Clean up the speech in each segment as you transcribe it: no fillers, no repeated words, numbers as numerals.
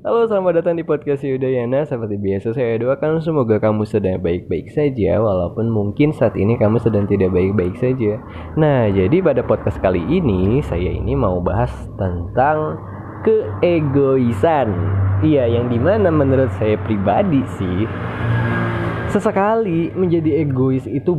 Halo, selamat datang di podcast Yudayana. Seperti biasa saya doakan semoga kamu sedang baik-baik saja, walaupun mungkin saat ini kamu sedang tidak baik-baik saja. Nah, jadi pada podcast kali ini saya ini mau bahas tentang keegoisan. Iya, yang dimana menurut saya pribadi sih, sesekali menjadi egois itu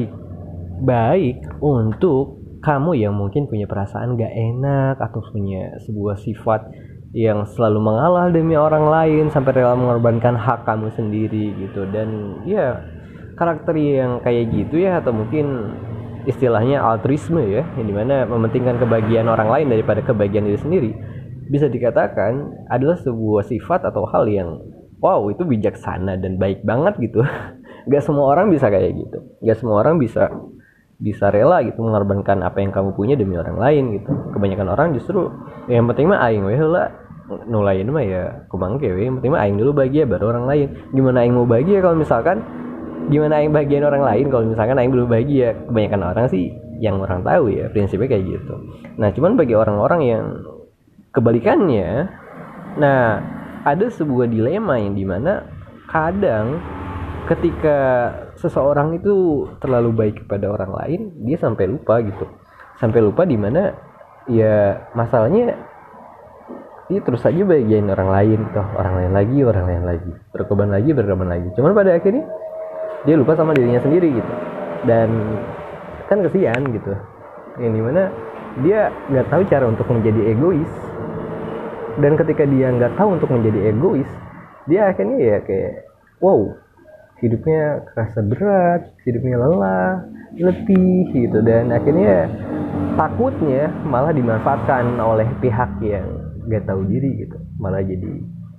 baik untuk kamu yang mungkin punya perasaan gak enak atau punya sebuah sifat yang selalu mengalah demi orang lain sampai rela mengorbankan hak kamu sendiri gitu. Dan ya, karakter yang kayak gitu ya, atau mungkin istilahnya altruisme ya, yang dimana mementingkan kebahagiaan orang lain daripada kebahagiaan diri sendiri, bisa dikatakan adalah sebuah sifat atau hal yang wow, itu bijaksana dan baik banget gitu. Gak semua orang bisa kayak gitu, gak semua orang bisa rela gitu mengorbankan apa yang kamu punya demi orang lain gitu. Kebanyakan orang justru yang penting mah aing we heula, nulain mah ya kumangke we, yang penting mah aing dulu bahagia baru orang lain. Gimana aing mau bahagia kalau misalkan, gimana aing bahagiain orang lain kalau misalkan aing belum bahagia? Kebanyakan orang sih yang orang tahu ya prinsipnya kayak gitu. Nah, cuman bagi orang-orang yang kebalikannya, nah ada sebuah dilema yang dimana kadang ketika seseorang itu terlalu baik kepada orang lain, dia sampai lupa gitu. Sampai lupa di mana ya masalahnya dia terus saja bahagiain orang lain, toh orang lain lagi, berkorban lagi. Cuman pada akhirnya dia lupa sama dirinya sendiri gitu. Dan kan kesian gitu. Yang dimana dia nggak tahu cara untuk menjadi egois. Dan ketika dia nggak tahu untuk menjadi egois, dia akhirnya ya kayak wow, hidupnya kerasa berat, hidupnya lelah, letih gitu. Dan akhirnya takutnya malah dimanfaatkan oleh pihak yang gak tahu diri gitu, malah jadi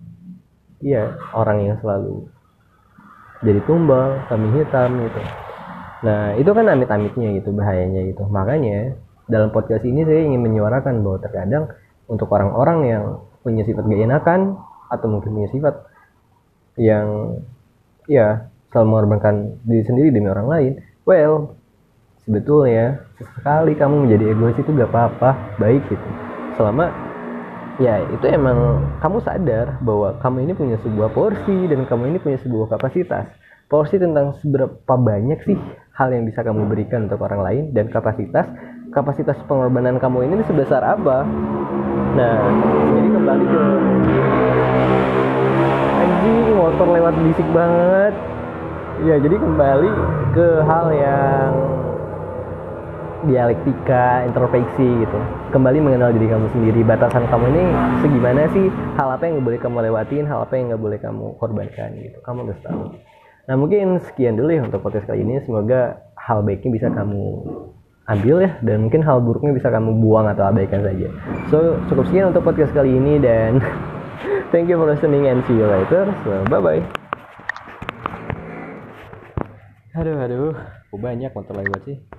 ya orang yang selalu jadi tumbal, kambing hitam gitu. Nah, itu kan amit-amitnya gitu, bahayanya gitu. Makanya dalam podcast ini saya ingin menyuarakan bahwa terkadang untuk orang-orang yang punya sifat gak enakan atau mungkin punya sifat yang ya selalu mengorbankan diri sendiri demi orang lain, well, sebetulnya sekali kamu menjadi egois itu gak apa-apa, baik gitu. Selama ya itu emang kamu sadar bahwa kamu ini punya sebuah porsi dan kamu ini punya sebuah kapasitas. Porsi tentang seberapa banyak sih hal yang bisa kamu berikan untuk orang lain, dan kapasitas pengorbanan kamu ini sebesar apa. Nah, jadi kembali ke anjing, motor lewat bisik banget. Ya, jadi kembali ke hal yang dialektika, introspeksi gitu. Kembali mengenal diri kamu sendiri, batasan kamu ini segimana sih, hal apa yang gak boleh kamu lewatin, hal apa yang gak boleh kamu korbankan gitu. Kamu harus tahu. Nah, mungkin sekian dulu ya untuk podcast kali ini. Semoga hal baiknya bisa kamu ambil ya, dan mungkin hal buruknya bisa kamu buang atau abaikan saja. So, cukup sekian untuk podcast kali ini, dan thank you for listening and see you later. So, bye-bye. Aduh, banyak motor lewat sih.